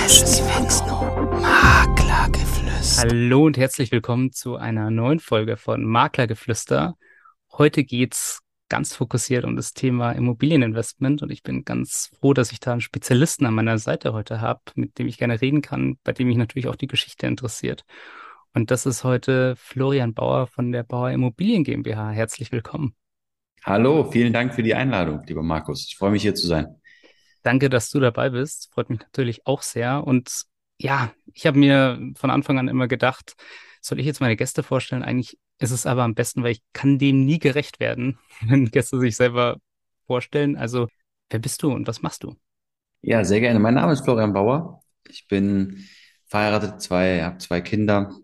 Maklergeflüster. Hallo und herzlich willkommen zu einer neuen Folge von Maklergeflüster. Heute geht's ganz fokussiert um das Thema Immobilieninvestment und ich bin ganz froh, dass ich da einen Spezialisten an meiner Seite heute habe, mit dem ich gerne reden kann, bei dem mich natürlich auch die Geschichte interessiert. Und das ist heute Florian Bauer von der Bauer Immobilien GmbH. Herzlich willkommen. Hallo, vielen Dank für die Einladung, lieber Markus. Ich freue mich hier zu sein. Danke, dass du dabei bist. Freut mich natürlich auch sehr. Und ja, ich habe mir von Anfang an immer gedacht, soll ich jetzt meine Gäste vorstellen? Eigentlich ist es aber am besten, weil ich kann dem nie gerecht werden, wenn Gäste sich selber vorstellen. Also, wer bist du und was machst du? Ja, sehr gerne. Mein Name ist Florian Bauer. Ich bin verheiratet, habe zwei Kinder,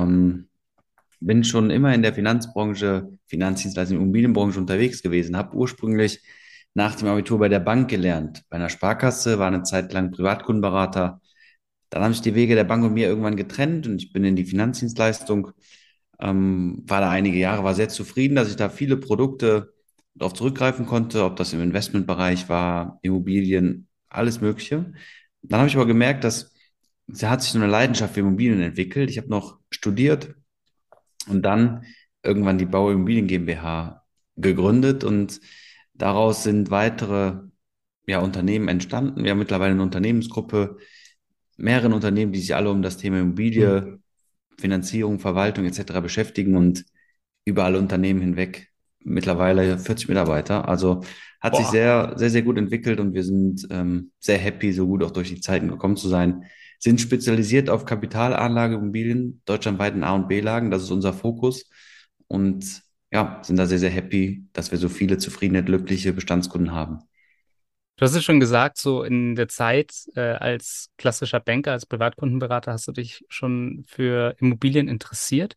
bin schon immer in der Finanzbranche, Finanzdienstleistung, Immobilienbranche unterwegs gewesen, habe ursprünglich nach dem Abitur bei der Bank gelernt, bei einer Sparkasse, war eine Zeit lang Privatkundenberater. Dann haben sich die Wege der Bank und mir irgendwann getrennt und ich bin in die Finanzdienstleistung, war da einige Jahre, war sehr zufrieden, dass ich da viele Produkte darauf zurückgreifen konnte, ob das im Investmentbereich war, Immobilien, alles Mögliche. Dann habe ich aber gemerkt, dass es hat sich so eine Leidenschaft für Immobilien entwickelt. Ich habe noch studiert und dann irgendwann die Bau Immobilien GmbH gegründet und daraus sind weitere Unternehmen entstanden. Wir haben mittlerweile eine Unternehmensgruppe, mehreren Unternehmen, die sich alle um das Thema Immobilie, Finanzierung, Verwaltung etc. beschäftigen und über alle Unternehmen hinweg mittlerweile 40 Mitarbeiter. Also hat sich Boah. sehr, sehr, sehr gut entwickelt und wir sind sehr happy, so gut auch durch die Zeiten gekommen zu sein. Sind spezialisiert auf Kapitalanlageimmobilien, deutschlandweit in A- und B-Lagen. Das ist unser Fokus. Und ja, sind da sehr, sehr happy, dass wir so viele zufriedene, glückliche Bestandskunden haben. Du hast es schon gesagt, so in der Zeit als klassischer Banker, als Privatkundenberater hast du dich schon für Immobilien interessiert.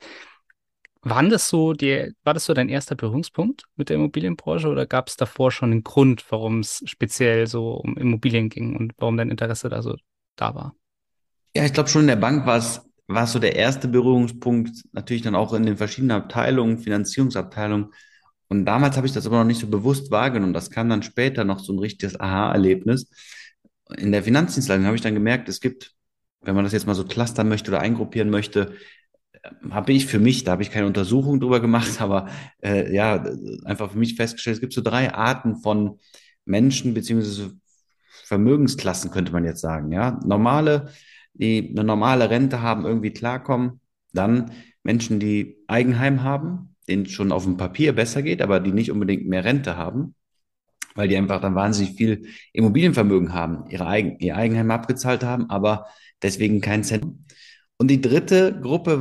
War das so dein erster Berührungspunkt mit der Immobilienbranche oder gab es davor schon einen Grund, warum es speziell so um Immobilien ging und warum dein Interesse da so da war? Ja, ich glaube schon in der Bank war es so der erste Berührungspunkt, natürlich dann auch in den verschiedenen Abteilungen, Finanzierungsabteilungen. Und damals habe ich das aber noch nicht so bewusst wahrgenommen. Das kam dann später noch so ein richtiges Aha-Erlebnis. In der Finanzdienstleistung habe ich dann gemerkt, es gibt, wenn man das jetzt mal so clustern möchte oder eingruppieren möchte, habe ich für mich, da habe ich keine Untersuchung drüber gemacht, aber einfach für mich festgestellt, es gibt so drei Arten von Menschen beziehungsweise Vermögensklassen, könnte man jetzt sagen. Ja, normale, die eine normale Rente haben, irgendwie klarkommen. Dann Menschen, die Eigenheim haben, denen es schon auf dem Papier besser geht, aber die nicht unbedingt mehr Rente haben, weil die einfach dann wahnsinnig viel Immobilienvermögen haben, ihr Eigenheim abgezahlt haben, aber deswegen keinen Cent. Und die dritte Gruppe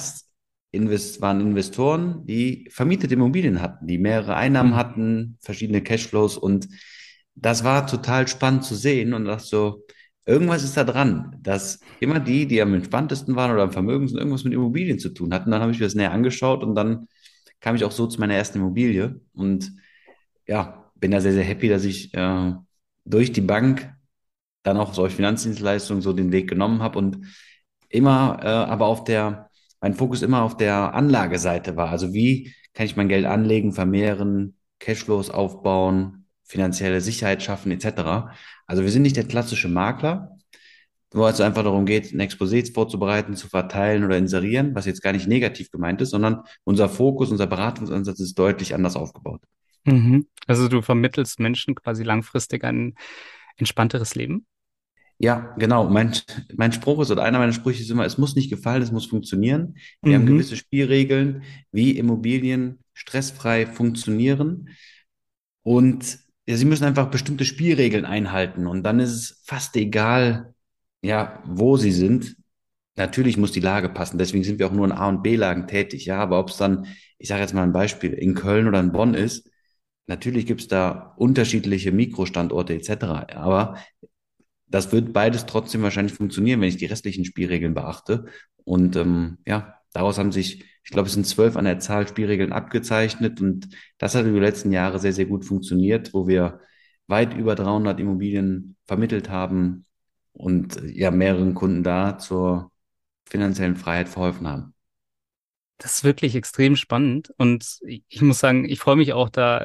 waren Investoren, die vermietete Immobilien hatten, die mehrere Einnahmen Hm. hatten, verschiedene Cashflows. Und das war total spannend zu sehen und dachte so, irgendwas ist da dran, dass immer die am entspanntesten waren oder am vermögendsten, irgendwas mit Immobilien zu tun hatten. Dann habe ich mir das näher angeschaut und dann kam ich auch so zu meiner ersten Immobilie und ja, bin da sehr, sehr happy, dass ich durch die Bank dann auch solche Finanzdienstleistungen so den Weg genommen habe und immer, mein Fokus immer auf der Anlageseite war. Also wie kann ich mein Geld anlegen, vermehren, Cashflows aufbauen, finanzielle Sicherheit schaffen, etc. Also wir sind nicht der klassische Makler, wo es einfach darum geht, ein Exposé vorzubereiten, zu verteilen oder inserieren, was jetzt gar nicht negativ gemeint ist, sondern unser Fokus, unser Beratungsansatz ist deutlich anders aufgebaut. Mhm. Also du vermittelst Menschen quasi langfristig ein entspannteres Leben? Ja, genau. Mein Spruch ist, oder einer meiner Sprüche ist immer, es muss nicht gefallen, es muss funktionieren. Wir haben Mhm. gewisse Spielregeln, wie Immobilien stressfrei funktionieren. Und ja, sie müssen einfach bestimmte Spielregeln einhalten. Und dann ist es fast egal, ja, wo sie sind. Natürlich muss die Lage passen. Deswegen sind wir auch nur in A- und B-Lagen tätig. Ja, aber ob es dann, ich sage jetzt mal ein Beispiel, in Köln oder in Bonn ist, natürlich gibt es da unterschiedliche Mikrostandorte etc. Aber das wird beides trotzdem wahrscheinlich funktionieren, wenn ich die restlichen Spielregeln beachte. Und daraus haben sich, ich glaube, es sind 12 an der Zahl Spielregeln abgezeichnet. Und das hat über die letzten Jahre sehr, sehr gut funktioniert, wo wir weit über 300 Immobilien vermittelt haben und ja, mehreren Kunden da zur finanziellen Freiheit verholfen haben. Das ist wirklich extrem spannend und ich muss sagen, ich freue mich auch da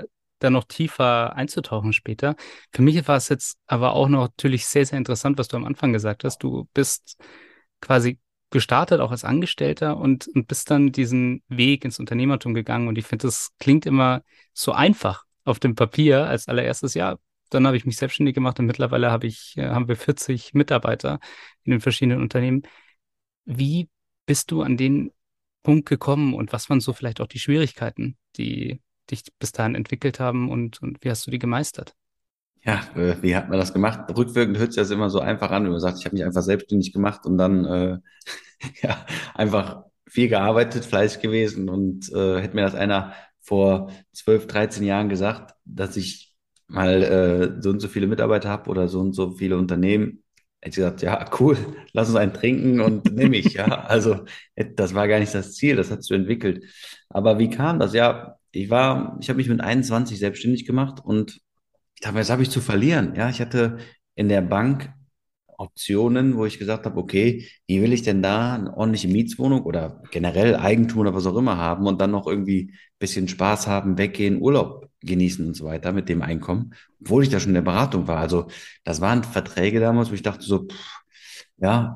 da noch tiefer einzutauchen später. Für mich war es jetzt aber auch noch natürlich sehr, sehr interessant, was du am Anfang gesagt hast. Du bist quasi gestartet, auch als Angestellter und bist dann diesen Weg ins Unternehmertum gegangen. Und ich finde, das klingt immer so einfach auf dem Papier als allererstes. Ja, dann habe ich mich selbstständig gemacht und mittlerweile haben wir 40 Mitarbeiter in den verschiedenen Unternehmen. Wie bist du an den Punkt gekommen und was waren so vielleicht auch die Schwierigkeiten, die dich bis dahin entwickelt haben und wie hast du die gemeistert? Ja, wie hat man das gemacht? Rückwirkend hört sich das immer so einfach an, wenn man sagt, ich habe mich einfach selbstständig gemacht und dann ja, einfach viel gearbeitet, fleißig gewesen und hätte mir das einer vor 12, 13 Jahren gesagt, dass ich mal so und so viele Mitarbeiter habe oder so und so viele Unternehmen, hätte ich gesagt, ja, cool, lass uns einen trinken und nimm ich, ja. Also das war gar nicht das Ziel, das hat sich so entwickelt. Aber wie kam das? Ja, ich habe mich mit 21 selbstständig gemacht und ich dachte, was habe ich zu verlieren? Ja, ich hatte in der Bank Optionen, wo ich gesagt habe, okay, wie will ich denn da eine ordentliche Mietswohnung oder generell Eigentum oder was auch immer haben und dann noch irgendwie ein bisschen Spaß haben, weggehen, Urlaub genießen und so weiter mit dem Einkommen, obwohl ich da schon in der Beratung war. Also das waren Verträge damals, wo ich dachte so, ja,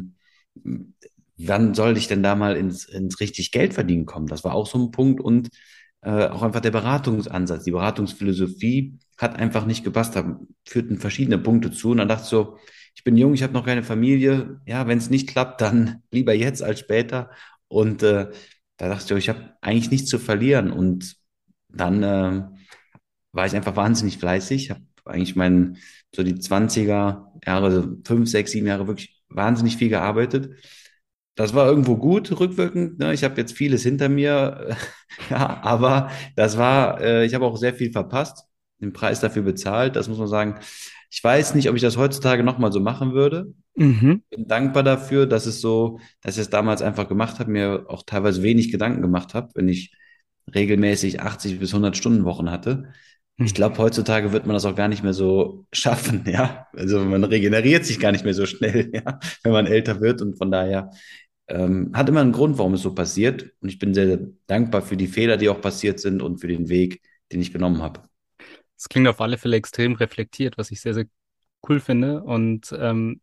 wann soll ich denn da mal ins richtig Geld verdienen kommen? Das war auch so ein Punkt und auch einfach der Beratungsansatz, die Beratungsphilosophie hat einfach nicht gepasst. Da führten verschiedene Punkte zu und dann dachte ich so, ich bin jung, ich habe noch keine Familie. Ja, wenn es nicht klappt, dann lieber jetzt als später. Und da dachte ich, so, ich habe eigentlich nichts zu verlieren. Und dann war ich einfach wahnsinnig fleißig, habe eigentlich so die 20er Jahre, so 5, 6, 7 Jahre wirklich wahnsinnig viel gearbeitet. Das war irgendwo gut, rückwirkend. Ne? Ich habe jetzt vieles hinter mir, ja, aber ich habe auch sehr viel verpasst, den Preis dafür bezahlt. Das muss man sagen. Ich weiß nicht, ob ich das heutzutage nochmal so machen würde. Mhm. Bin dankbar dafür, dass ich es damals einfach gemacht habe, mir auch teilweise wenig Gedanken gemacht habe, wenn ich regelmäßig 80 bis 100 Stunden Wochen hatte. Ich Mhm. glaube, heutzutage wird man das auch gar nicht mehr so schaffen, ja. Also man regeneriert sich gar nicht mehr so schnell, ja, wenn man älter wird und von daher hat immer einen Grund, warum es so passiert. Und ich bin sehr, sehr dankbar für die Fehler, die auch passiert sind und für den Weg, den ich genommen habe. Es klingt auf alle Fälle extrem reflektiert, was ich sehr, sehr cool finde. Und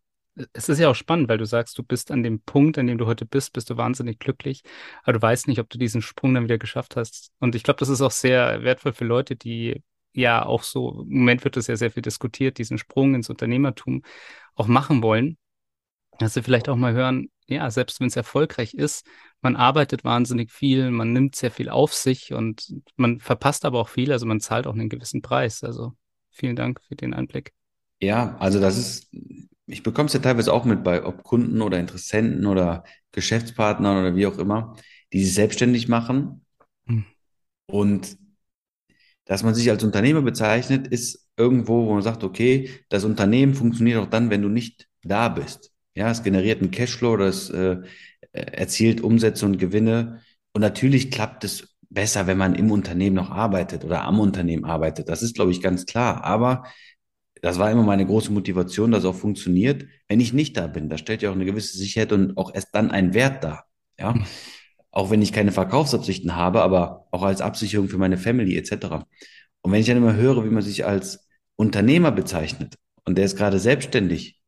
es ist ja auch spannend, weil du sagst, du bist an dem Punkt, an dem du heute bist du wahnsinnig glücklich, aber du weißt nicht, ob du diesen Sprung dann wieder geschafft hast. Und ich glaube, das ist auch sehr wertvoll für Leute, die ja auch so, im Moment wird das ja sehr viel diskutiert, diesen Sprung ins Unternehmertum auch machen wollen. Dass sie vielleicht auch mal hören, ja, selbst wenn es erfolgreich ist, man arbeitet wahnsinnig viel, man nimmt sehr viel auf sich und man verpasst aber auch viel, also man zahlt auch einen gewissen Preis. Also vielen Dank für den Einblick. Ja, also ich bekomme es ja teilweise auch mit bei ob Kunden oder Interessenten oder Geschäftspartnern oder wie auch immer, die sich selbstständig machen Hm. und dass man sich als Unternehmer bezeichnet, ist irgendwo, wo man sagt, okay, das Unternehmen funktioniert auch dann, wenn du nicht da bist. Ja, es generiert einen Cashflow, das erzielt Umsätze und Gewinne. Und natürlich klappt es besser, wenn man im Unternehmen noch arbeitet oder am Unternehmen arbeitet. Das ist, glaube ich, ganz klar. Aber das war immer meine große Motivation, dass es auch funktioniert, wenn ich nicht da bin. Da stellt ja auch eine gewisse Sicherheit und auch erst dann einen Wert dar. Ja, Hm. auch wenn ich keine Verkaufsabsichten habe, aber auch als Absicherung für meine Family etc. Und wenn ich dann immer höre, wie man sich als Unternehmer bezeichnet und der ist gerade selbstständig,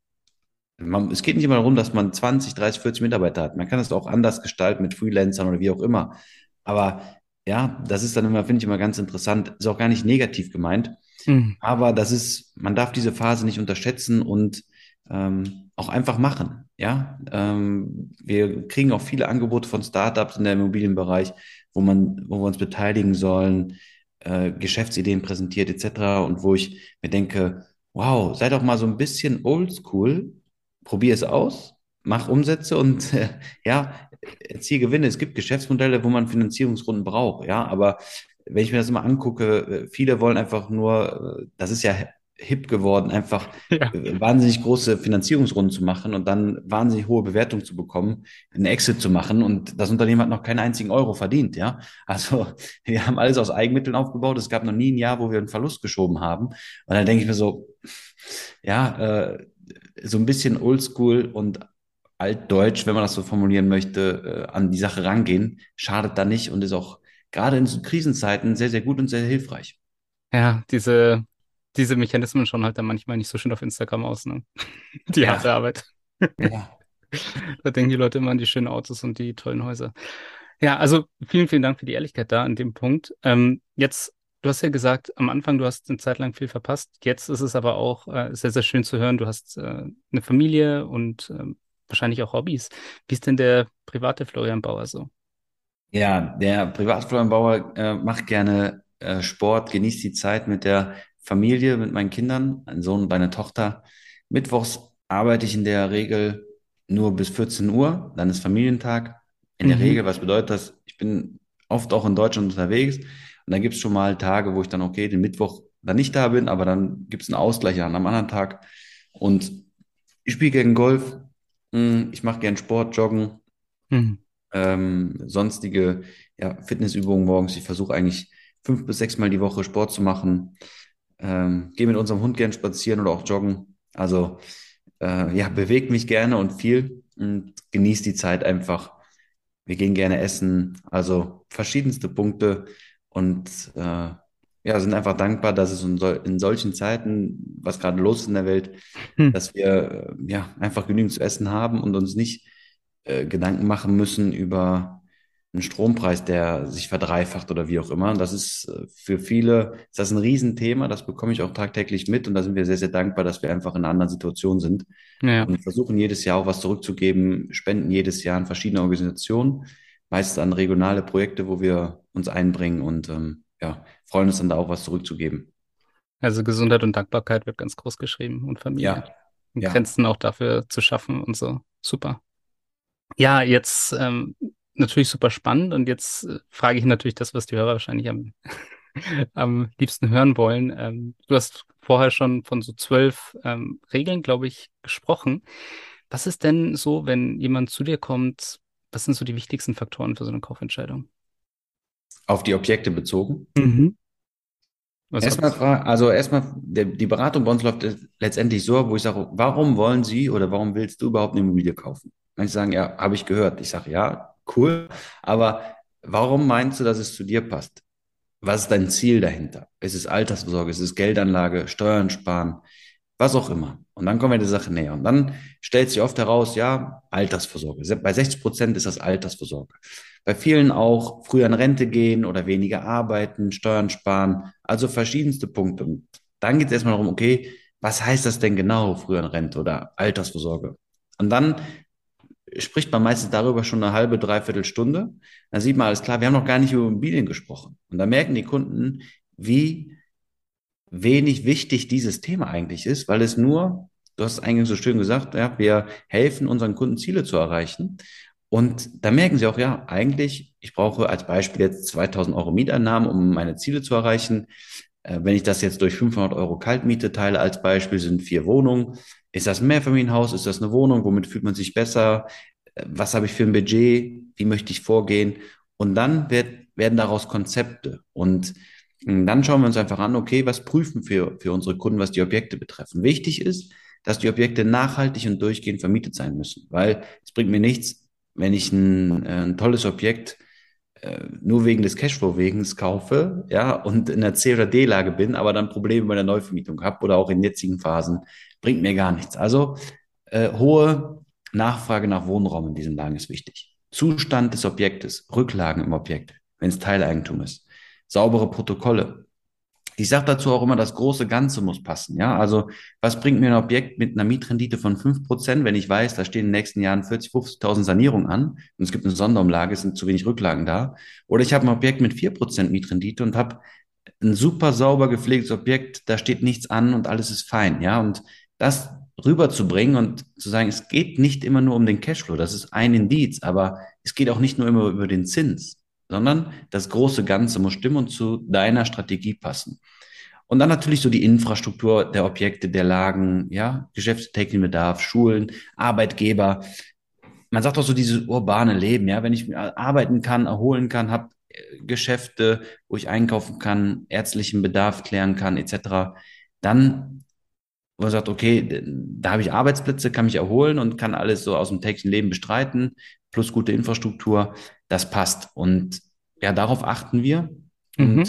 es geht nicht immer darum, dass man 20, 30, 40 Mitarbeiter hat. Man kann es auch anders gestalten mit Freelancern oder wie auch immer. Aber ja, das ist dann immer, finde ich immer ganz interessant. Ist auch gar nicht negativ gemeint. Hm. Aber man darf diese Phase nicht unterschätzen und auch einfach machen. Ja, wir kriegen auch viele Angebote von Startups in der Immobilienbereich, wo wir uns beteiligen sollen, Geschäftsideen präsentiert etc. Und wo ich mir denke, wow, sei doch mal so ein bisschen oldschool, probier es aus, mach Umsätze und ja, erziele Gewinne. Es gibt Geschäftsmodelle, wo man Finanzierungsrunden braucht, ja, aber wenn ich mir das immer angucke, viele wollen einfach nur, das ist ja hip geworden, einfach Ja. wahnsinnig große Finanzierungsrunden zu machen und dann wahnsinnig hohe Bewertungen zu bekommen, einen Exit zu machen und das Unternehmen hat noch keinen einzigen Euro verdient, ja. Also wir haben alles aus Eigenmitteln aufgebaut. Es gab noch nie ein Jahr, wo wir einen Verlust geschoben haben. Und dann denke ich mir so, ja, so ein bisschen oldschool und altdeutsch, wenn man das so formulieren möchte, an die Sache rangehen, schadet da nicht und ist auch gerade in so Krisenzeiten sehr, sehr gut und sehr hilfreich. Ja, diese Mechanismen schauen halt dann manchmal nicht so schön auf Instagram aus, ne? Die harte Ja, Arbeit. ja. Da denken die Leute immer an die schönen Autos und die tollen Häuser. Ja, also vielen, vielen Dank für die Ehrlichkeit da an dem Punkt. Jetzt, du hast ja gesagt, am Anfang, du hast eine Zeit lang viel verpasst. Jetzt ist es aber auch sehr, sehr schön zu hören. Du hast eine Familie und wahrscheinlich auch Hobbys. Wie ist denn der private Florian Bauer so? Ja, der Privatflorian macht gerne Sport, genießt die Zeit mit der Familie, mit meinen Kindern, ein Sohn und eine Tochter. Mittwochs arbeite ich in der Regel nur bis 14 Uhr, dann ist Familientag. In der Mhm. Regel, was bedeutet das? Ich bin oft auch in Deutschland unterwegs und dann gibt es schon mal Tage, wo ich dann, okay, den Mittwoch dann nicht da bin, aber dann gibt es einen Ausgleich an einem anderen Tag. Und ich spiele gern Golf, ich mache gern Sport, Joggen, Mhm. sonstige ja, Fitnessübungen morgens. Ich versuche eigentlich 5 bis 6 Mal die Woche Sport zu machen. Gehe mit unserem Hund gern spazieren oder auch joggen. Also ja, bewege mich gerne und viel und genieße die Zeit einfach. Wir gehen gerne essen, also verschiedenste Punkte und ja, sind einfach dankbar, dass es in solchen Zeiten, was gerade los ist in der Welt, Hm. dass wir ja einfach genügend zu essen haben und uns nicht Gedanken machen müssen über einen Strompreis, der sich verdreifacht oder wie auch immer. Und das ist für viele, ist das ein Riesenthema, das bekomme ich auch tagtäglich mit und da sind wir sehr, sehr dankbar, dass wir einfach in einer anderen Situation sind Ja, und versuchen jedes Jahr auch was zurückzugeben, spenden jedes Jahr an verschiedene Organisationen, meist an regionale Projekte, wo wir uns einbringen und ja, freuen uns dann da auch was zurückzugeben. also Gesundheit und Dankbarkeit wird ganz groß geschrieben und Familie. Ja, Und ja. Grenzen auch dafür zu schaffen und so. Super. Ja, jetzt natürlich super spannend und jetzt frage ich natürlich das, was die Hörer wahrscheinlich am liebsten hören wollen. Du hast vorher schon von so 12 Regeln, glaube ich, gesprochen. Was ist denn so, wenn jemand zu dir kommt, was sind so die wichtigsten Faktoren für so eine Kaufentscheidung? Auf die Objekte bezogen. Mhm. Also, Also erstmal, die Beratung bei uns läuft letztendlich so, wo ich sage, warum wollen Sie oder warum willst du überhaupt eine Immobilie kaufen? Manche sagen, ja, habe ich gehört. Ich sage, ja, cool, aber warum meinst du, dass es zu dir passt? Was ist dein Ziel dahinter? Ist es Altersvorsorge? Ist es Geldanlage, Steuern sparen, was auch immer? Und dann kommen wir der Sache näher. Und dann stellt sich oft heraus, ja, Altersvorsorge. Bei 60% ist das Altersvorsorge. Bei vielen auch früher in Rente gehen oder weniger arbeiten, Steuern sparen, also verschiedenste Punkte. Und dann geht es erstmal darum, okay, was heißt das denn genau, früher in Rente oder Altersvorsorge? Und dann spricht man meistens darüber schon eine halbe, dreiviertel Stunde. Dann sieht man alles klar, wir haben noch gar nicht über Immobilien gesprochen. Und da merken die Kunden, wie wenig wichtig dieses Thema eigentlich ist, weil es nur, du hast es eingangs so schön gesagt, ja, wir helfen unseren Kunden Ziele zu erreichen. Und da merken sie auch, ja, eigentlich, ich brauche als Beispiel jetzt 2.000 € Mieteinnahmen, um meine Ziele zu erreichen. Wenn ich das jetzt durch 500 € Kaltmiete teile als Beispiel, sind 4 Wohnungen. Ist das ein Mehrfamilienhaus? Ist das eine Wohnung? Womit fühlt man sich besser? Was habe ich für ein Budget? Wie möchte ich vorgehen? Und dann werden daraus Konzepte. Und dann schauen wir uns einfach an, okay, was prüfen für unsere Kunden, was die Objekte betreffen. Wichtig ist, dass die Objekte nachhaltig und durchgehend vermietet sein müssen, weil es bringt mir nichts, wenn ich ein tolles Objekt nur wegen des Cashflow-Wegens kaufe, ja, und in der C- oder D-Lage bin, aber dann Probleme bei der Neuvermietung habe oder auch in jetzigen Phasen, bringt mir gar nichts. Also hohe Nachfrage nach Wohnraum in diesen Lagen ist wichtig. Zustand des Objektes, Rücklagen im Objekt, wenn es Teileigentum ist, saubere Protokolle. Ich sage dazu auch immer, das große Ganze muss passen. Ja, also was bringt mir ein Objekt mit einer Mietrendite von 5%, wenn ich weiß, da stehen in den nächsten Jahren 40, 50.000 Sanierungen an und es gibt eine Sonderumlage, es sind zu wenig Rücklagen da. Oder ich habe ein Objekt mit 4% Mietrendite und habe ein super sauber gepflegtes Objekt, da steht nichts an und alles ist fein. Ja, und das rüberzubringen und zu sagen, es geht nicht immer nur um den Cashflow, das ist ein Indiz, aber es geht auch nicht nur immer über den Zins, sondern das große Ganze muss stimmen und zu deiner Strategie passen. Und dann natürlich so die Infrastruktur der Objekte, der Lagen, ja, geschäftstätiglichen Bedarf, Schulen, Arbeitgeber. Man sagt auch so dieses urbane Leben, ja, wenn ich arbeiten kann, erholen kann, habe Geschäfte, wo ich einkaufen kann, ärztlichen Bedarf klären kann, etc., dann, wo man sagt, okay, da habe ich Arbeitsplätze, kann mich erholen und kann alles so aus dem täglichen Leben bestreiten, plus gute Infrastruktur, das passt. Und ja, darauf achten wir. mhm. Und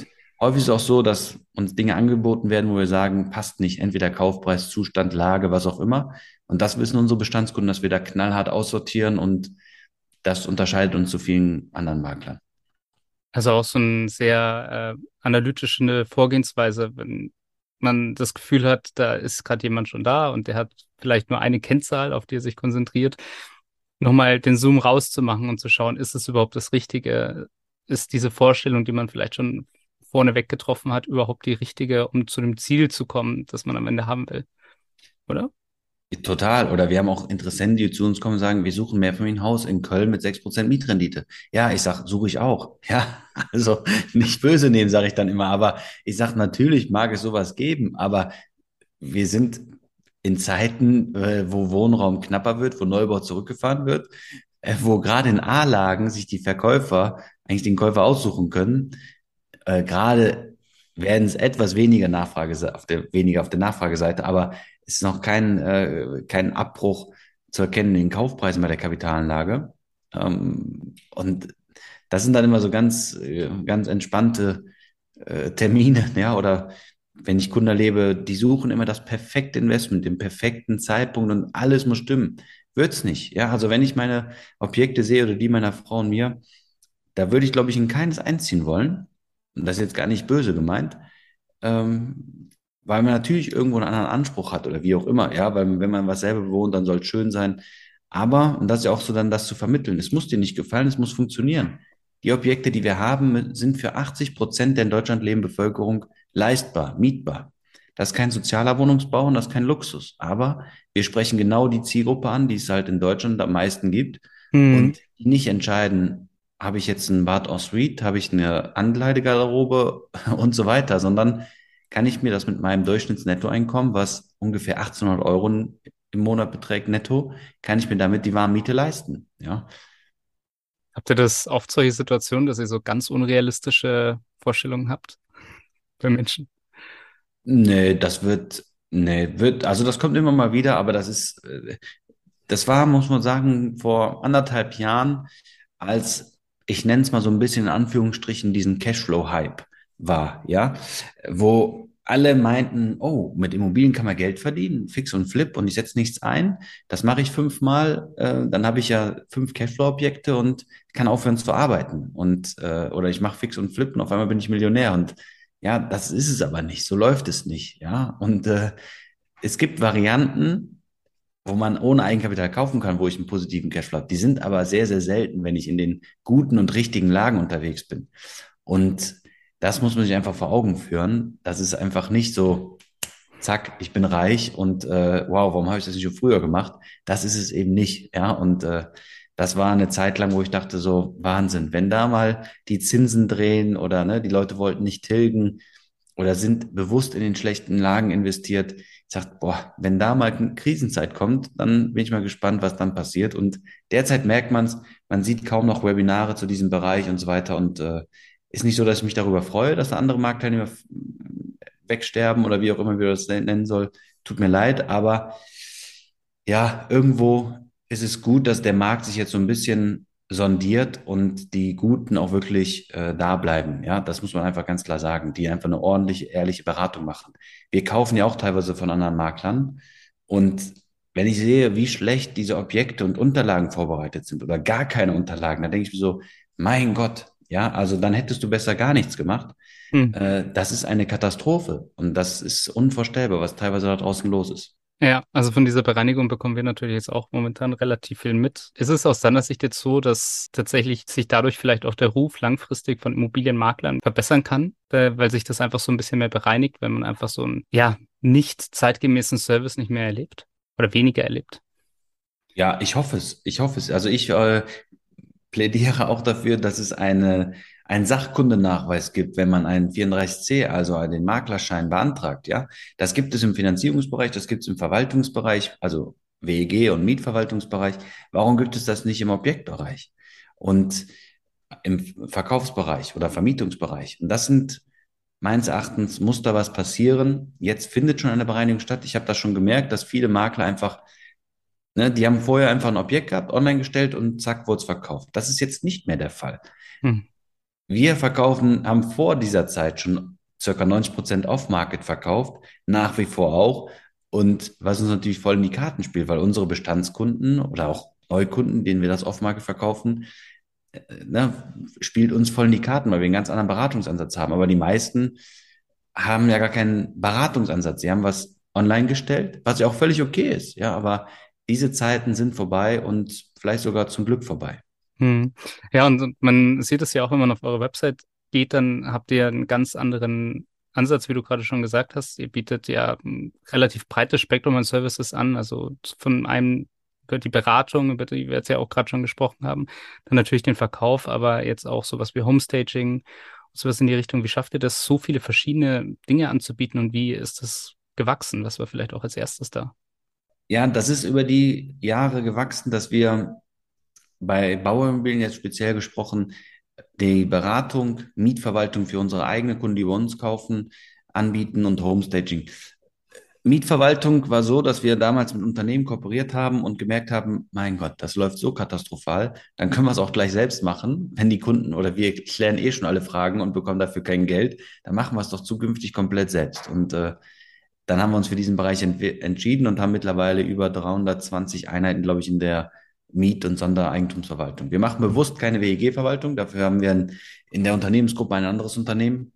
häufig ist es auch so, dass uns Dinge angeboten werden, wo wir sagen, passt nicht, entweder Kaufpreis, Zustand, Lage, was auch immer. Und das wissen unsere Bestandskunden, dass wir da knallhart aussortieren und das unterscheidet uns zu vielen anderen Maklern. Also auch so eine sehr analytische Vorgehensweise, wenn man das Gefühl hat, da ist gerade jemand schon da und der hat vielleicht nur eine Kennzahl, auf die er sich konzentriert, nochmal den Zoom rauszumachen und zu schauen, ist es überhaupt das Richtige? Ist diese Vorstellung, die man vielleicht schon vorneweg getroffen hat, überhaupt die richtige, um zu dem Ziel zu kommen, das man am Ende haben will, oder? Total. Oder wir haben auch Interessenten, die zu uns kommen und sagen, wir suchen mehr für ein Haus in Köln mit 6% Mietrendite. Ja, ich sag, suche ich auch. Ja, also nicht böse nehmen, sage ich dann immer. Aber ich sag, natürlich mag es sowas geben, aber wir sind in Zeiten, wo Wohnraum knapper wird, wo Neubau zurückgefahren wird, wo gerade in A-Lagen sich die Verkäufer eigentlich den Käufer aussuchen können. Gerade werden es etwas weniger weniger auf der Nachfrageseite, aber es ist noch kein Abbruch zu erkennen in den Kaufpreisen bei der Kapitalanlage. Und das sind dann immer so ganz entspannte Termine, ja, oder wenn ich Kunden erlebe, die suchen immer das perfekte Investment, den perfekten Zeitpunkt und alles muss stimmen. Wird's nicht, ja. Also wenn ich meine Objekte sehe oder die meiner Frau und mir, da würde ich, glaube ich, in keines einziehen wollen. Und das ist jetzt gar nicht böse gemeint, weil man natürlich irgendwo einen anderen Anspruch hat oder wie auch immer, ja, weil wenn man was selber bewohnt, dann soll es schön sein. Aber, und das ist ja auch so dann das zu vermitteln, es muss dir nicht gefallen, es muss funktionieren. Die Objekte, die wir haben, sind für 80% der in Deutschland lebenden Bevölkerung leistbar, mietbar. Das ist kein sozialer Wohnungsbau und das ist kein Luxus. Aber wir sprechen genau die Zielgruppe an, die es halt in Deutschland am meisten gibt Hm. und die nicht entscheiden, habe ich jetzt ein Bad en suite, habe ich eine Ankleidegarderobe und so weiter, sondern kann ich mir das mit meinem Durchschnittsnettoeinkommen, was ungefähr 1800 Euro im Monat beträgt netto, kann ich mir damit die Warmmiete leisten. Ja, Habt ihr das oft solche Situationen, dass ihr so ganz unrealistische Vorstellungen habt bei Menschen? also das kommt immer mal wieder, aber das war, muss man sagen, vor 1,5 Jahren, als ich nenne es mal so ein bisschen in Anführungsstrichen diesen Cashflow-Hype war, ja, wo alle meinten, oh, mit Immobilien kann man Geld verdienen, Fix und Flip und ich setze nichts ein. Das mache ich 5-mal, dann habe ich ja 5 Cashflow-Objekte und kann aufhören zu arbeiten oder ich mache Fix und Flip und auf einmal bin ich Millionär und ja, das ist es aber nicht, so läuft es nicht, ja, und es gibt Varianten, wo man ohne Eigenkapital kaufen kann, wo ich einen positiven Cashflow habe. Die sind aber sehr, sehr selten, wenn ich in den guten und richtigen Lagen unterwegs bin. Und das muss man sich einfach vor Augen führen. Das ist einfach nicht so, zack, ich bin reich und wow, warum habe ich das nicht schon früher gemacht? Das ist es eben nicht, ja. Und das war eine Zeit lang, wo ich dachte so, Wahnsinn, wenn da mal die Zinsen drehen oder ne, die Leute wollten nicht tilgen oder sind bewusst in den schlechten Lagen investiert. Ich sag, boah, wenn da mal eine Krisenzeit kommt, dann bin ich mal gespannt, was dann passiert. Und derzeit merkt man es, man sieht kaum noch Webinare zu diesem Bereich und so weiter. Und ist nicht so, dass ich mich darüber freue, dass da andere Marktteilnehmer wegsterben oder wie auch immer wir das nennen soll. Tut mir leid, aber ja, irgendwo ist es gut, dass der Markt sich jetzt so ein bisschen sondiert und die Guten auch wirklich da bleiben. Ja, das muss man einfach ganz klar sagen, die einfach eine ordentliche, ehrliche Beratung machen. Wir kaufen ja auch teilweise von anderen Maklern und wenn ich sehe, wie schlecht diese Objekte und Unterlagen vorbereitet sind oder gar keine Unterlagen, dann denke ich mir so, mein Gott, ja, also dann hättest du besser gar nichts gemacht. Hm. Das ist eine Katastrophe und das ist unvorstellbar, was teilweise da draußen los ist. Ja, also von dieser Bereinigung bekommen wir natürlich jetzt auch momentan relativ viel mit. Ist es aus deiner Sicht jetzt so, dass tatsächlich sich dadurch vielleicht auch der Ruf langfristig von Immobilienmaklern verbessern kann, weil sich das einfach so ein bisschen mehr bereinigt, wenn man einfach so einen, ja, nicht zeitgemäßen Service nicht mehr erlebt oder weniger erlebt? Ja, ich hoffe es. Ich hoffe es. Also ich plädiere auch dafür, dass es einen Sachkundenachweis gibt, wenn man einen 34c, also den Maklerschein beantragt. Ja, das gibt es im Finanzierungsbereich, das gibt es im Verwaltungsbereich, also WEG und Mietverwaltungsbereich. Warum gibt es das nicht im Objektbereich und im Verkaufsbereich oder Vermietungsbereich? Und das sind meines Erachtens muss da was passieren. Jetzt findet schon eine Bereinigung statt. Ich habe das schon gemerkt, dass viele Makler einfach Ne, die haben vorher einfach ein Objekt gehabt, online gestellt und zack, wurde es verkauft. Das ist jetzt nicht mehr der Fall. Hm. wir verkaufen, haben vor dieser Zeit schon circa 90% Off-Market verkauft, nach wie vor auch. Und was uns natürlich voll in die Karten spielt, weil unsere Bestandskunden oder auch Neukunden, denen wir das Off-Market verkaufen, ne, spielt uns voll in die Karten, weil wir einen ganz anderen Beratungsansatz haben. Aber die meisten haben ja gar keinen Beratungsansatz. Sie haben was online gestellt, was ja auch völlig okay ist. Ja, aber diese Zeiten sind vorbei und vielleicht sogar zum Glück vorbei. Hm. Ja, und man sieht es ja auch, wenn man auf eure Website geht, dann habt ihr einen ganz anderen Ansatz, wie du gerade schon gesagt hast. Ihr bietet ja ein relativ breites Spektrum an Services an, also von einem über die Beratung, über die wir jetzt ja auch gerade schon gesprochen haben, dann natürlich den Verkauf, aber jetzt auch sowas wie Homestaging, sowas in die Richtung. Wie schafft ihr das, so viele verschiedene Dinge anzubieten und wie ist das gewachsen? Was war vielleicht auch als erstes da? Ja, das ist über die Jahre gewachsen, dass wir bei Bauimmobilien jetzt speziell gesprochen, die Beratung, Mietverwaltung für unsere eigenen Kunden, die bei uns kaufen, anbieten und Homestaging. Mietverwaltung war so, dass wir damals mit Unternehmen kooperiert haben und gemerkt haben, mein Gott, das läuft so katastrophal, dann können wir es auch gleich selbst machen. Wenn die Kunden oder wir klären eh schon alle Fragen und bekommen dafür kein Geld, dann machen wir es doch zukünftig komplett selbst. Und dann haben wir uns für diesen Bereich entschieden und haben mittlerweile über 320 Einheiten, glaube ich, in der Miet- und Sondereigentumsverwaltung. Wir machen bewusst keine WEG-Verwaltung, dafür haben wir in der Unternehmensgruppe ein anderes Unternehmen.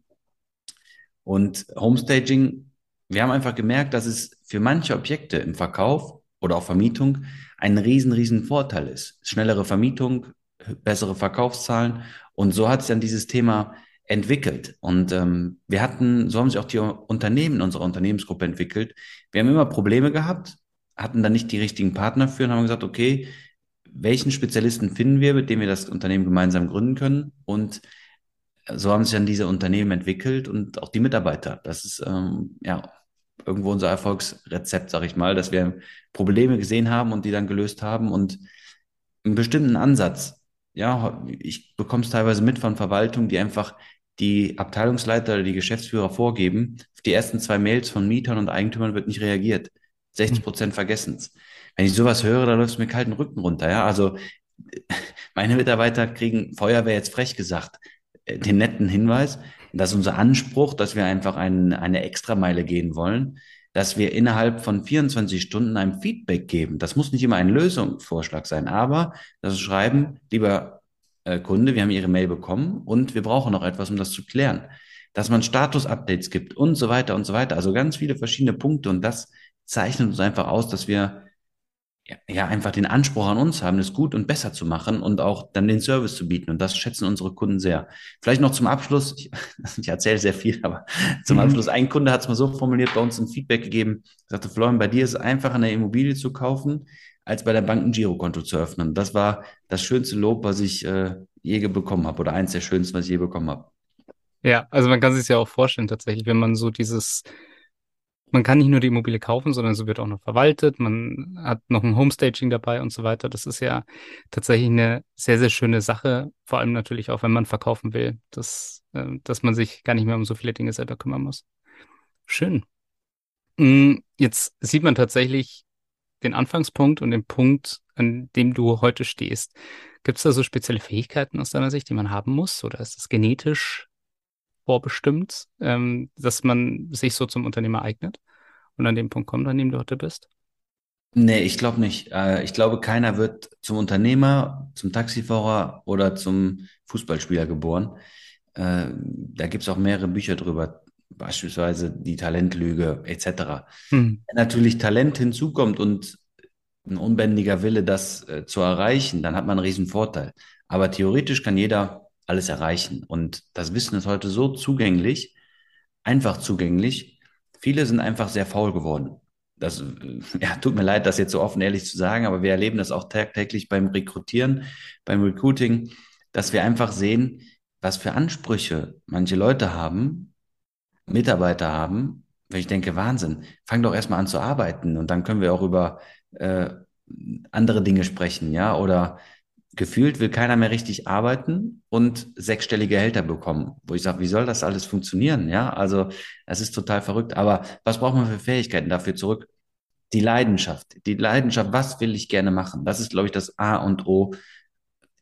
Und Homestaging, wir haben einfach gemerkt, dass es für manche Objekte im Verkauf oder auch Vermietung ein riesen Vorteil ist. Schnellere Vermietung, bessere Verkaufszahlen. Und so hat sich dann dieses Thema entwickelt. Und wir hatten, so haben sich auch die Unternehmen in unserer Unternehmensgruppe entwickelt. Wir haben immer Probleme gehabt, hatten dann nicht die richtigen Partner für und haben gesagt, okay, welchen Spezialisten finden wir, mit dem wir das Unternehmen gemeinsam gründen können? Und so haben sich dann diese Unternehmen entwickelt und auch die Mitarbeiter. Das ist ja irgendwo unser Erfolgsrezept, sag ich mal, dass wir Probleme gesehen haben und die dann gelöst haben und einen bestimmten Ansatz. Ja, ich bekomme es teilweise mit von Verwaltung, die einfach die Abteilungsleiter oder die Geschäftsführer vorgeben. Auf die ersten zwei Mails von Mietern und Eigentümern wird nicht reagiert. Hm. 60% vergessen es. Wenn ich sowas höre, dann läuft es mir kalten Rücken runter. Ja, also meine Mitarbeiter kriegen Feuerwehr jetzt frech gesagt den netten Hinweis, dass unser Anspruch, dass wir einfach eine Extrameile gehen wollen, dass wir innerhalb von 24 Stunden ein Feedback geben. Das muss nicht immer ein Lösungsvorschlag sein, aber das Schreiben, lieber Kunde, wir haben Ihre Mail bekommen und wir brauchen noch etwas, um das zu klären. Dass man Status-Updates gibt und so weiter und so weiter. Also ganz viele verschiedene Punkte und das zeichnet uns einfach aus, dass wir ja, einfach den Anspruch an uns haben, es gut und besser zu machen und auch dann den Service zu bieten. Und das schätzen unsere Kunden sehr. Vielleicht noch zum Abschluss, ich erzähle sehr viel, aber zum Mhm. Abschluss, ein Kunde hat es mal so formuliert, bei uns ein Feedback gegeben, sagte, Florian, bei dir ist es einfacher, eine Immobilie zu kaufen, als bei der Bank ein Girokonto zu öffnen. Das war das schönste Lob, was ich je bekommen habe oder eins der schönsten, was ich je bekommen habe. Ja, also man kann sich ja auch vorstellen tatsächlich, wenn man so dieses man kann nicht nur die Immobilie kaufen, sondern sie wird auch noch verwaltet. Man hat noch ein Homestaging dabei und so weiter. Das ist ja tatsächlich eine sehr, sehr schöne Sache. Vor allem natürlich auch, wenn man verkaufen will, dass man sich gar nicht mehr um so viele Dinge selber kümmern muss. Schön. Jetzt sieht man tatsächlich den Anfangspunkt und den Punkt, an dem du heute stehst. Gibt es da so spezielle Fähigkeiten aus deiner Sicht, die man haben muss? Oder ist es genetisch vorbestimmt, dass man sich so zum Unternehmer eignet und an dem Punkt kommt, an dem du heute bist? Nee, ich glaube nicht. Ich glaube, keiner wird zum Unternehmer, zum Taxifahrer oder zum Fußballspieler geboren. Da gibt's auch mehrere Bücher drüber, beispielsweise die Talentlüge etc. Hm. Wenn natürlich Talent hinzukommt und ein unbändiger Wille, das zu erreichen, dann hat man einen riesen Vorteil. Aber theoretisch kann jeder alles erreichen. Und das Wissen ist heute so zugänglich, einfach zugänglich. Viele sind einfach sehr faul geworden. Das, ja, tut mir leid, das jetzt so offen ehrlich zu sagen, aber wir erleben das auch tagtäglich beim Rekrutieren, beim Recruiting, dass wir einfach sehen, was für Ansprüche manche Leute haben, Mitarbeiter haben. Wenn ich denke, Wahnsinn, fang doch erstmal an zu arbeiten und dann können wir auch über äh, andere Dinge sprechen, ja, oder gefühlt will keiner mehr richtig arbeiten und sechsstellige Gehälter bekommen, wo ich sage, wie soll das alles funktionieren? Ja, also es ist total verrückt. Aber was braucht man für Fähigkeiten dafür zurück? Die Leidenschaft, was will ich gerne machen? Das ist, glaube ich, das A und O.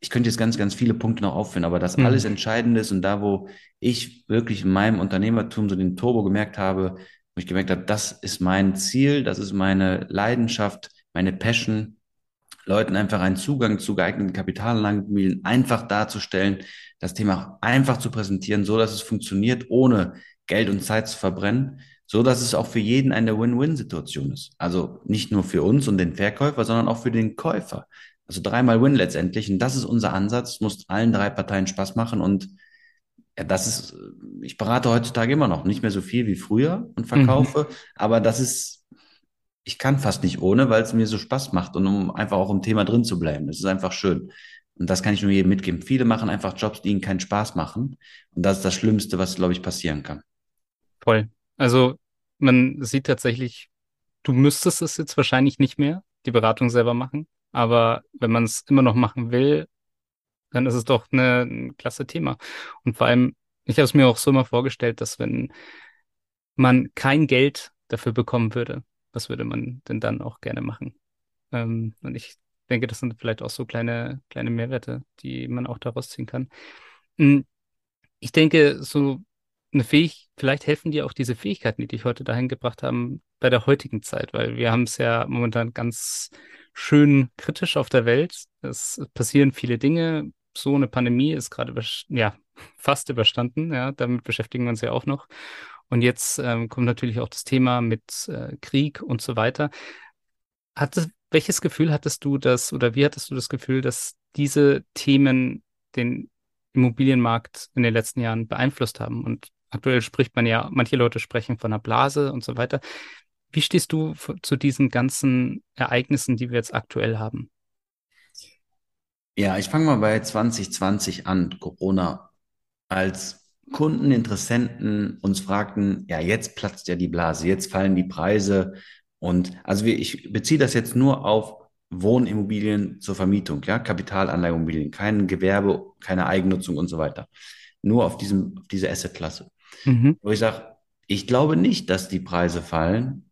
ich könnte jetzt ganz, ganz viele Punkte noch aufführen, aber das Mhm. alles Entscheidende ist und da, wo ich wirklich in meinem Unternehmertum so den Turbo gemerkt habe, wo ich gemerkt habe, das ist mein Ziel, das ist meine Leidenschaft, meine Passion, Leuten einfach einen Zugang zu geeigneten Kapitalanlagemitteln einfach darzustellen, das Thema einfach zu präsentieren, so dass es funktioniert, ohne Geld und Zeit zu verbrennen, so dass es auch für jeden eine Win-Win-Situation ist. Also nicht nur für uns und den Verkäufer, sondern auch für den Käufer. Also dreimal Win letztendlich. Und das ist unser Ansatz. Es muss allen drei Parteien Spaß machen. Und ja, das ist, ich berate heutzutage immer noch, nicht mehr so viel wie früher und Mhm. verkaufe, aber das ist, ich kann fast nicht ohne, weil es mir so Spaß macht und um einfach auch im Thema drin zu bleiben. Das ist einfach schön. Und das kann ich nur jedem mitgeben. Viele machen einfach Jobs, die ihnen keinen Spaß machen. Und das ist das Schlimmste, was, glaube ich, passieren kann. Voll. Also man sieht tatsächlich, du müsstest es jetzt wahrscheinlich nicht mehr, die Beratung selber machen. Aber wenn man es immer noch machen will, dann ist es doch ein klasse Thema. Und vor allem, ich habe es mir auch so immer vorgestellt, dass wenn man kein Geld dafür bekommen würde, was würde man denn dann auch gerne machen? Und ich denke, das sind vielleicht auch so kleine Mehrwerte, die man auch daraus ziehen kann. Mm, Ich denke, so vielleicht helfen dir auch diese Fähigkeiten, die dich heute dahin gebracht haben, bei der heutigen Zeit, weil wir haben es ja momentan ganz schön kritisch auf der Welt. Es passieren viele Dinge. So eine Pandemie ist gerade ja, fast überstanden. Ja, damit beschäftigen wir uns ja auch noch. Und jetzt kommt natürlich auch das Thema mit Krieg und so weiter. Welches Gefühl hattest du oder wie hattest du das Gefühl, dass diese Themen den Immobilienmarkt in den letzten Jahren beeinflusst haben? Und aktuell spricht man ja, manche Leute sprechen von einer Blase und so weiter. Wie stehst du zu diesen ganzen Ereignissen, die wir jetzt aktuell haben? Ja, ich fange mal bei 2020 an, Corona. Als Kunden, Interessenten uns fragten, ja, jetzt platzt ja die Blase, jetzt fallen die Preise. Und also ich beziehe das jetzt nur auf Wohnimmobilien zur Vermietung, ja, Kapitalanlageimmobilien, kein Gewerbe, keine Eigennutzung und so weiter. Nur auf diese Assetklasse. Mhm. Wo ich sage, ich glaube nicht, dass die Preise fallen,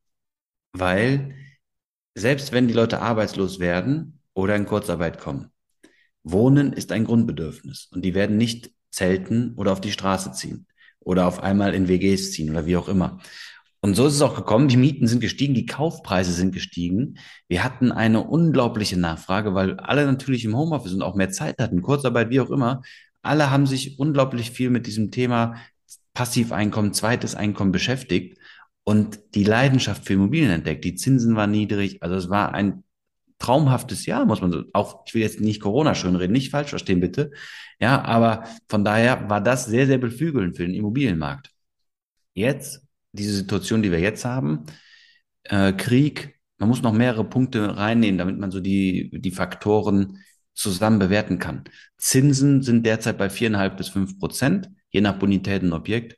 weil selbst wenn die Leute arbeitslos werden oder in Kurzarbeit kommen, Wohnen ist ein Grundbedürfnis und die werden nicht zelten oder auf die Straße ziehen oder auf einmal in WGs ziehen oder wie auch immer. Und so ist es auch gekommen. Die Mieten sind gestiegen, die Kaufpreise sind gestiegen. Wir hatten eine unglaubliche Nachfrage, weil alle natürlich im Homeoffice und auch mehr Zeit hatten, Kurzarbeit, wie auch immer. Alle haben sich unglaublich viel mit diesem Thema Passiveinkommen, zweites Einkommen beschäftigt und die Leidenschaft für Immobilien entdeckt. Die Zinsen waren niedrig. Also es war ein traumhaftes Jahr, muss man so, auch, ich will jetzt nicht Corona schönreden, nicht falsch verstehen, bitte. Ja, aber von daher war das sehr, sehr beflügelnd für den Immobilienmarkt. Jetzt, diese Situation, die wir jetzt haben, Krieg, man muss noch mehrere Punkte reinnehmen, damit man so die Faktoren zusammen bewerten kann. Zinsen sind derzeit bei 4,5 bis 5%, je nach Bonität und Objekt.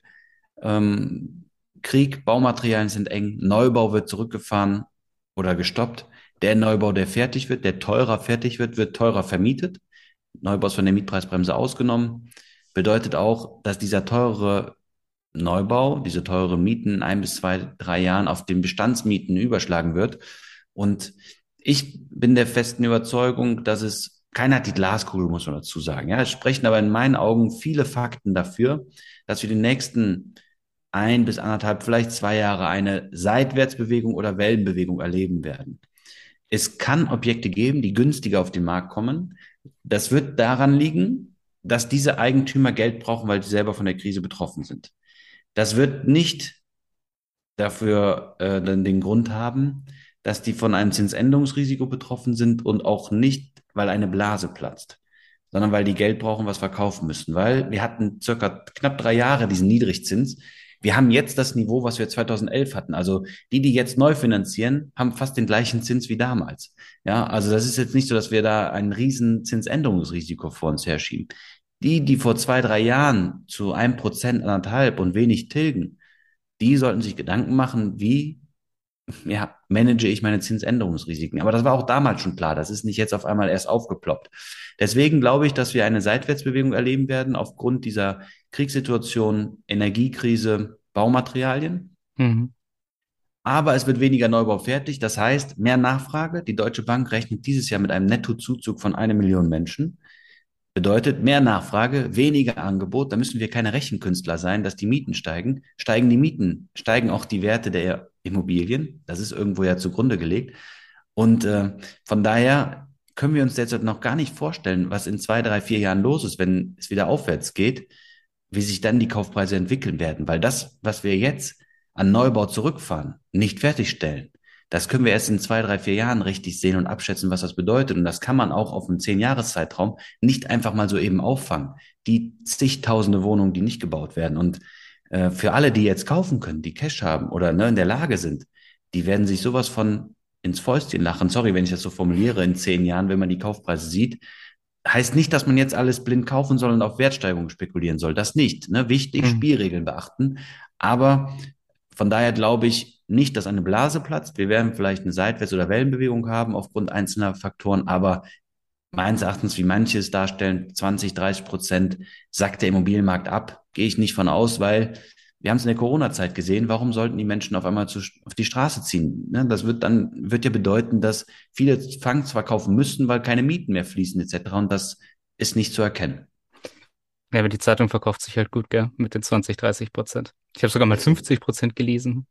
Ähm, Krieg, Baumaterialien sind eng, Neubau wird zurückgefahren oder gestoppt. Der Neubau, der fertig wird, der teurer fertig wird teurer vermietet. Neubau ist von der Mietpreisbremse ausgenommen. Bedeutet auch, dass dieser teure Neubau, diese teure Mieten in 1 bis 2, 3 Jahren auf den Bestandsmieten überschlagen wird. Und ich bin der festen Überzeugung, dass es, keiner hat die Glaskugel, muss man dazu sagen. Ja, es sprechen aber in meinen Augen viele Fakten dafür, dass wir die nächsten 1 bis 1,5, vielleicht 2 Jahre eine Seitwärtsbewegung oder Wellenbewegung erleben werden. Es kann Objekte geben, die günstiger auf den Markt kommen. Das wird daran liegen, dass diese Eigentümer Geld brauchen, weil sie selber von der Krise betroffen sind. Das wird nicht dafür dann den Grund haben, dass die von einem Zinsänderungsrisiko betroffen sind und auch nicht, weil eine Blase platzt, sondern weil die Geld brauchen, was verkaufen müssen. Weil wir hatten circa knapp 3 Jahre diesen Niedrigzins. Wir haben jetzt das Niveau, was wir 2011 hatten. Also die jetzt neu finanzieren, haben fast den gleichen Zins wie damals. Ja, also das ist jetzt nicht so, dass wir da ein riesen Zinsänderungsrisiko vor uns herschieben. Die vor 2, 3 Jahren zu 1%, 1,5 und wenig tilgen, die sollten sich Gedanken machen, wie ja, manage ich meine Zinsänderungsrisiken. Aber das war auch damals schon klar. Das ist nicht jetzt auf einmal erst aufgeploppt. Deswegen glaube ich, dass wir eine Seitwärtsbewegung erleben werden aufgrund dieser Kriegssituation, Energiekrise, Baumaterialien. Mhm. Aber es wird weniger Neubau fertig. Das heißt, mehr Nachfrage. Die Deutsche Bank rechnet dieses Jahr mit einem Nettozuzug von 1 Million Menschen. Bedeutet mehr Nachfrage, weniger Angebot. Da müssen wir keine Rechenkünstler sein, dass die Mieten steigen. Steigen die Mieten, steigen auch die Werte der Immobilien. Das ist irgendwo ja zugrunde gelegt. Und von daher können wir uns derzeit noch gar nicht vorstellen, was in 2, 3, 4 Jahren los ist, wenn es wieder aufwärts geht, wie sich dann die Kaufpreise entwickeln werden. Weil das, was wir jetzt an Neubau zurückfahren, nicht fertigstellen, das können wir erst in 2, 3, 4 Jahren richtig sehen und abschätzen, was das bedeutet. Und das kann man auch auf einen 10-Jahres-Zeitraum nicht einfach mal so eben auffangen. Die zigtausende Wohnungen, die nicht gebaut werden. Und für alle, die jetzt kaufen können, die Cash haben oder ne, in der Lage sind, die werden sich sowas von ins Fäustchen lachen. Sorry, wenn ich das so formuliere, in 10 Jahren, wenn man die Kaufpreise sieht. Heißt nicht, dass man jetzt alles blind kaufen soll und auf Wertsteigerungen spekulieren soll. Das nicht. Ne? Wichtig, Hm. Spielregeln beachten. Aber von daher glaube ich nicht, dass eine Blase platzt. Wir werden vielleicht eine Seitwärts- oder Wellenbewegung haben aufgrund einzelner Faktoren, aber meines Erachtens, wie manche es darstellen, 20, 30% sackt der Immobilienmarkt ab. Gehe ich nicht von aus, weil wir haben es in der Corona-Zeit gesehen. Warum sollten die Menschen auf einmal auf die Straße ziehen? Ne? Das wird ja bedeuten, dass viele Fang zwar kaufen müssten, weil keine Mieten mehr fließen etc. Und das ist nicht zu erkennen. Ja, aber die Zeitung verkauft sich halt gut, gell? Mit den 20, 30%. Ich habe sogar mal 50% gelesen.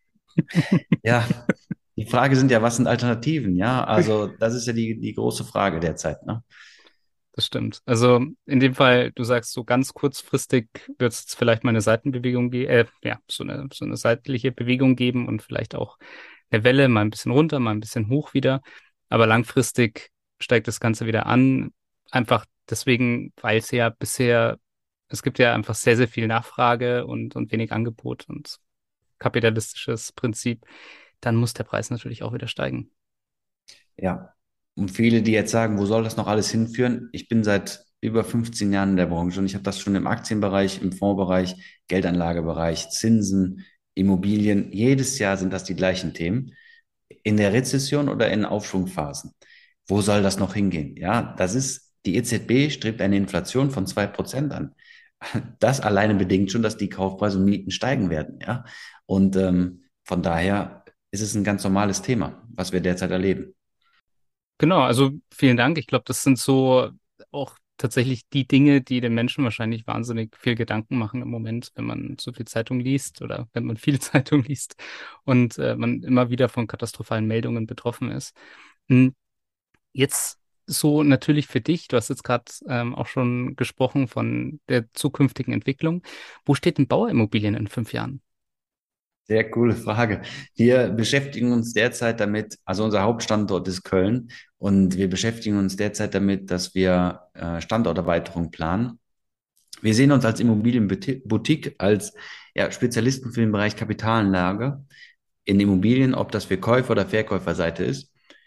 Ja, die Frage sind ja, was sind Alternativen? Ja, also das ist ja die große Frage derzeit, ne? Das stimmt. Also in dem Fall, du sagst so ganz kurzfristig wird es vielleicht mal eine Seitenbewegung geben, ja, so eine seitliche Bewegung geben und vielleicht auch eine Welle, mal ein bisschen runter, mal ein bisschen hoch wieder. Aber langfristig steigt das Ganze wieder an. Einfach deswegen, weil es ja bisher, es gibt ja einfach sehr, sehr viel Nachfrage und wenig Angebot und kapitalistisches Prinzip. Dann muss der Preis natürlich auch wieder steigen. Ja. Und viele, die jetzt sagen, wo soll das noch alles hinführen? Ich bin seit über 15 Jahren in der Branche und ich habe das schon im Aktienbereich, im Fondsbereich, Geldanlagebereich, Zinsen, Immobilien. Jedes Jahr sind das die gleichen Themen. In der Rezession oder in Aufschwungphasen. Wo soll das noch hingehen? Ja, die EZB strebt eine Inflation von 2% an. Das alleine bedingt schon, dass die Kaufpreise und Mieten steigen werden. Ja, und von daher ist es ein ganz normales Thema, was wir derzeit erleben. Genau, also vielen Dank. Ich glaube, das sind so auch tatsächlich die Dinge, die den Menschen wahrscheinlich wahnsinnig viel Gedanken machen im Moment, wenn man so viel Zeitung liest oder wenn man viel Zeitung liest und man immer wieder von katastrophalen Meldungen betroffen ist. Hm, Jetzt so natürlich für dich, du hast jetzt gerade auch schon gesprochen von der zukünftigen Entwicklung. Wo steht denn Bauimmobilien in 5 Jahren? Sehr coole Frage. Wir beschäftigen uns derzeit damit, also unser Hauptstandort ist Köln und wir beschäftigen uns derzeit damit, dass wir Standorterweiterung planen. Wir sehen uns als Immobilienboutique, als ja, Spezialisten für den Bereich Kapitalanlage in Immobilien, ob das für Käufer- oder Verkäuferseite ist.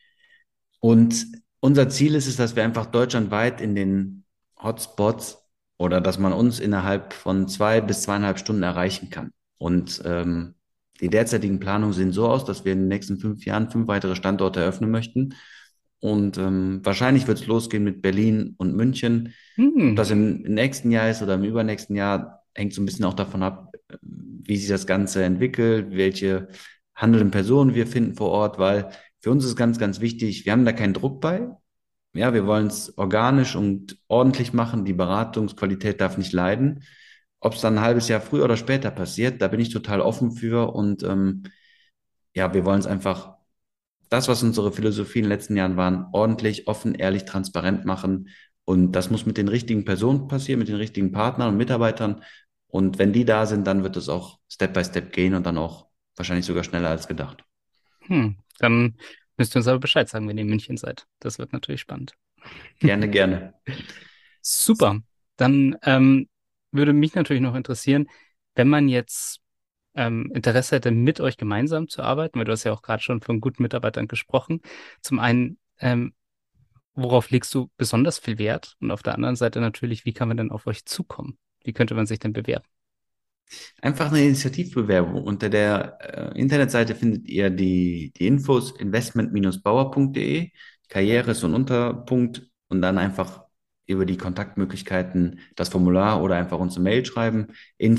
Und unser Ziel ist es, dass wir einfach deutschlandweit in den Hotspots oder dass man uns innerhalb von 2 bis 2,5 Stunden erreichen kann. Und die derzeitigen Planungen sehen so aus, dass wir in den nächsten 5 Jahren 5 weitere Standorte eröffnen möchten. Und wahrscheinlich wird es losgehen mit Berlin und München. Ob Hm. das im nächsten Jahr ist oder im übernächsten Jahr, hängt so ein bisschen auch davon ab, wie sich das Ganze entwickelt, welche handelnden Personen wir finden vor Ort, weil für uns ist ganz, ganz wichtig, wir haben da keinen Druck bei. Ja, wir wollen es organisch und ordentlich machen. Die Beratungsqualität darf nicht leiden. Ob es dann ein halbes Jahr früher oder später passiert, da bin ich total offen für. Und ja, wir wollen es einfach, das, was unsere Philosophie in den letzten Jahren waren, ordentlich, offen, ehrlich, transparent machen. Und das muss mit den richtigen Personen passieren, mit den richtigen Partnern und Mitarbeitern. Und wenn die da sind, dann wird es auch Step by Step gehen und dann auch wahrscheinlich sogar schneller als gedacht. Dann müsst ihr uns aber Bescheid sagen, wenn ihr in München seid. Das wird natürlich spannend. Gerne, gerne. Super. Dann würde mich natürlich noch interessieren, wenn man jetzt Interesse hätte, mit euch gemeinsam zu arbeiten, weil du hast ja auch gerade schon von guten Mitarbeitern gesprochen. Zum einen, worauf legst du besonders viel Wert? Und auf der anderen Seite natürlich, wie kann man denn auf euch zukommen? Wie könnte man sich denn bewerben? Einfach eine Initiativbewerbung. Unter der Internetseite findet ihr die Infos investment-bauer.de, Karriere ist so ein Unterpunkt und dann einfach über die Kontaktmöglichkeiten das Formular oder einfach uns eine Mail schreiben,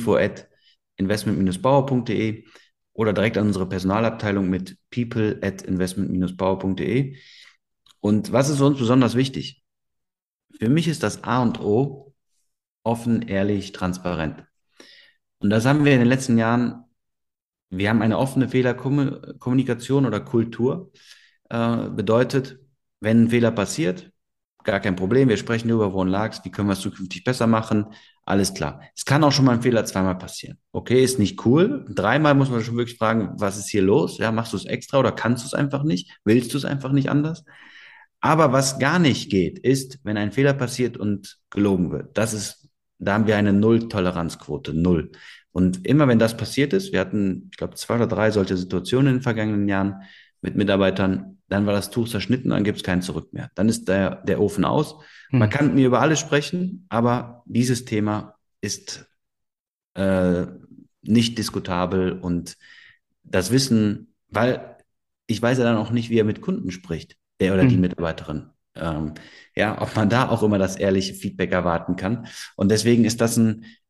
info@investment-bauer.de oder direkt an unsere Personalabteilung mit people@investment-bauer.de. Und was ist für uns besonders wichtig? Für mich ist das A und O offen, ehrlich, transparent. Und das haben wir in den letzten Jahren. Wir haben eine offene Fehlerkommunikation oder Kultur. Bedeutet, wenn ein Fehler passiert, gar kein Problem, wir sprechen darüber, woran lag es, wie können wir es zukünftig besser machen, alles klar. Es kann auch schon mal ein Fehler zweimal passieren. Okay, ist nicht cool. Dreimal muss man schon wirklich fragen, was ist hier los? Ja, machst du es extra oder kannst du es einfach nicht? Willst du es einfach nicht anders? Aber was gar nicht geht, ist, wenn ein Fehler passiert und gelogen wird. Da haben wir eine Null-Toleranzquote, null. Und immer wenn das passiert ist, wir hatten, ich glaube, 2 oder 3 solche Situationen in den vergangenen Jahren mit Mitarbeitern, dann war das Tuch zerschnitten, dann gibt es kein Zurück mehr. Dann ist der Ofen aus. Man Hm. kann mit mir über alles sprechen, aber dieses Thema ist äh, nicht diskutabel und das Wissen, weil ich weiß ja dann auch nicht, wie er mit Kunden spricht, der oder die Hm. Mitarbeiterin. Ja, ob man da auch immer das ehrliche Feedback erwarten kann. Und deswegen ist das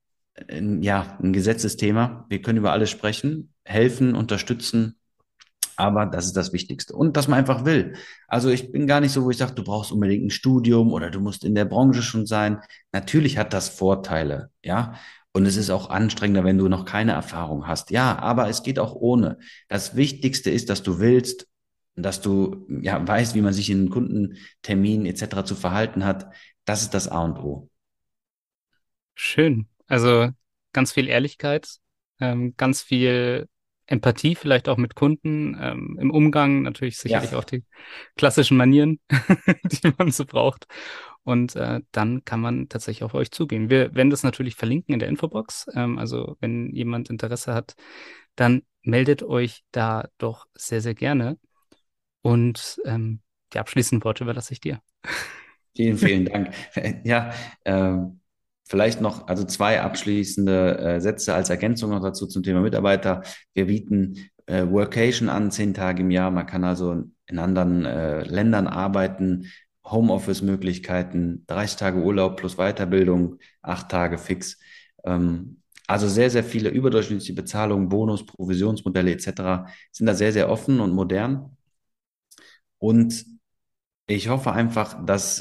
ja, ein Gesetzesthema. Wir können über alles sprechen, helfen, unterstützen, aber das ist das Wichtigste. Und dass man einfach will. Also ich bin gar nicht so, wo ich sage, du brauchst unbedingt ein Studium oder du musst in der Branche schon sein. Natürlich hat das Vorteile, ja. Und es ist auch anstrengender, wenn du noch keine Erfahrung hast. Ja, aber es geht auch ohne. Das Wichtigste ist, dass du willst, dass du ja weißt, wie man sich in Kundenterminen etc. zu verhalten hat. Das ist das A und O. Schön. Also ganz viel Ehrlichkeit, ganz viel Empathie, vielleicht auch mit Kunden, im Umgang, natürlich Ja, sicherlich auch die klassischen Manieren, die man so braucht. Und dann kann man tatsächlich auf euch zugehen. Wir werden das natürlich verlinken in der Infobox. Also wenn jemand Interesse hat, dann meldet euch da doch sehr, sehr gerne. Und die abschließenden Worte überlasse ich dir. vielen, vielen Dank. Ja, vielleicht noch, also 2 abschließende Sätze als Ergänzung noch dazu zum Thema Mitarbeiter. Wir bieten Workation an, 10 Tage im Jahr. Man kann also in anderen Ländern arbeiten, Homeoffice-Möglichkeiten, 30 Tage Urlaub plus Weiterbildung, 8 Tage fix. Also sehr, sehr viele überdurchschnittliche Bezahlungen, Bonus, Provisionsmodelle etc. sind da sehr, sehr offen und modern. Und ich hoffe einfach, dass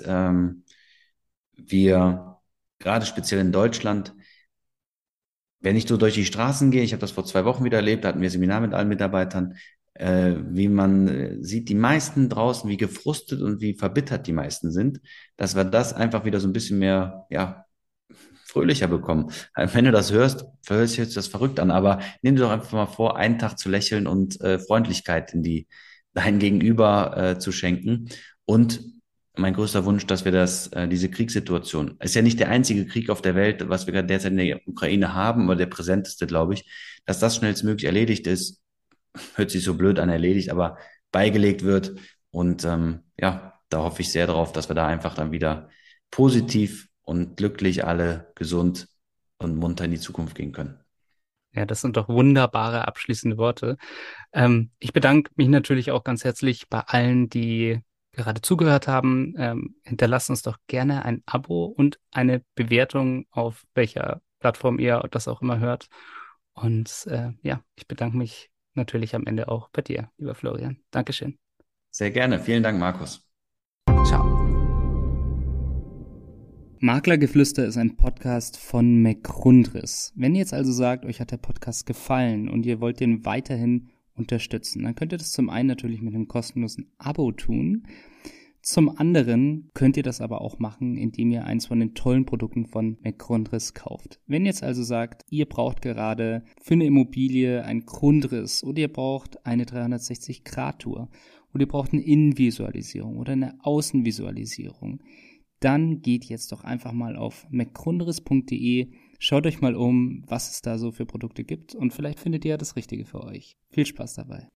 wir gerade speziell in Deutschland, wenn ich so durch die Straßen gehe, ich habe das vor 2 Wochen wieder erlebt, da hatten wir Seminar mit allen Mitarbeitern, wie man sieht, die meisten draußen, wie gefrustet und wie verbittert die meisten sind, dass wir das einfach wieder so ein bisschen mehr, ja, fröhlicher bekommen. Wenn du das hörst, hört sich jetzt das verrückt an, aber nimm dir doch einfach mal vor, einen Tag zu lächeln und Freundlichkeit dein Gegenüber zu schenken. Und mein größter Wunsch, dass wir diese Kriegssituation, ist ja nicht der einzige Krieg auf der Welt, was wir gerade derzeit in der Ukraine haben, aber der präsenteste, glaube ich, dass das schnellstmöglich erledigt ist, hört sich so blöd an, erledigt, aber beigelegt wird. Und ja, da hoffe ich sehr drauf, dass wir da einfach dann wieder positiv und glücklich alle gesund und munter in die Zukunft gehen können. Ja, das sind doch wunderbare abschließende Worte. Ich bedanke mich natürlich auch ganz herzlich bei allen, die gerade zugehört haben. Hinterlasst uns doch gerne ein Abo und eine Bewertung, auf welcher Plattform ihr das auch immer hört. Und ja, ich bedanke mich natürlich am Ende auch bei dir, lieber Florian. Dankeschön. Sehr gerne. Vielen Dank, Markus. Ciao. Maklergeflüster ist ein Podcast von McRundriss. Wenn ihr jetzt also sagt, euch hat der Podcast gefallen und ihr wollt den weiterhin unterstützen, dann könnt ihr das zum einen natürlich mit einem kostenlosen Abo tun. Zum anderen könnt ihr das aber auch machen, indem ihr eins von den tollen Produkten von McRundriss kauft. Wenn ihr jetzt also sagt, ihr braucht gerade für eine Immobilie einen Grundriss oder ihr braucht eine 360-Grad-Tour oder ihr braucht eine Innenvisualisierung oder eine Außenvisualisierung, dann geht jetzt doch einfach mal auf mcgrundriss.de, schaut euch mal um, was es da so für Produkte gibt und vielleicht findet ihr ja das Richtige für euch. Viel Spaß dabei.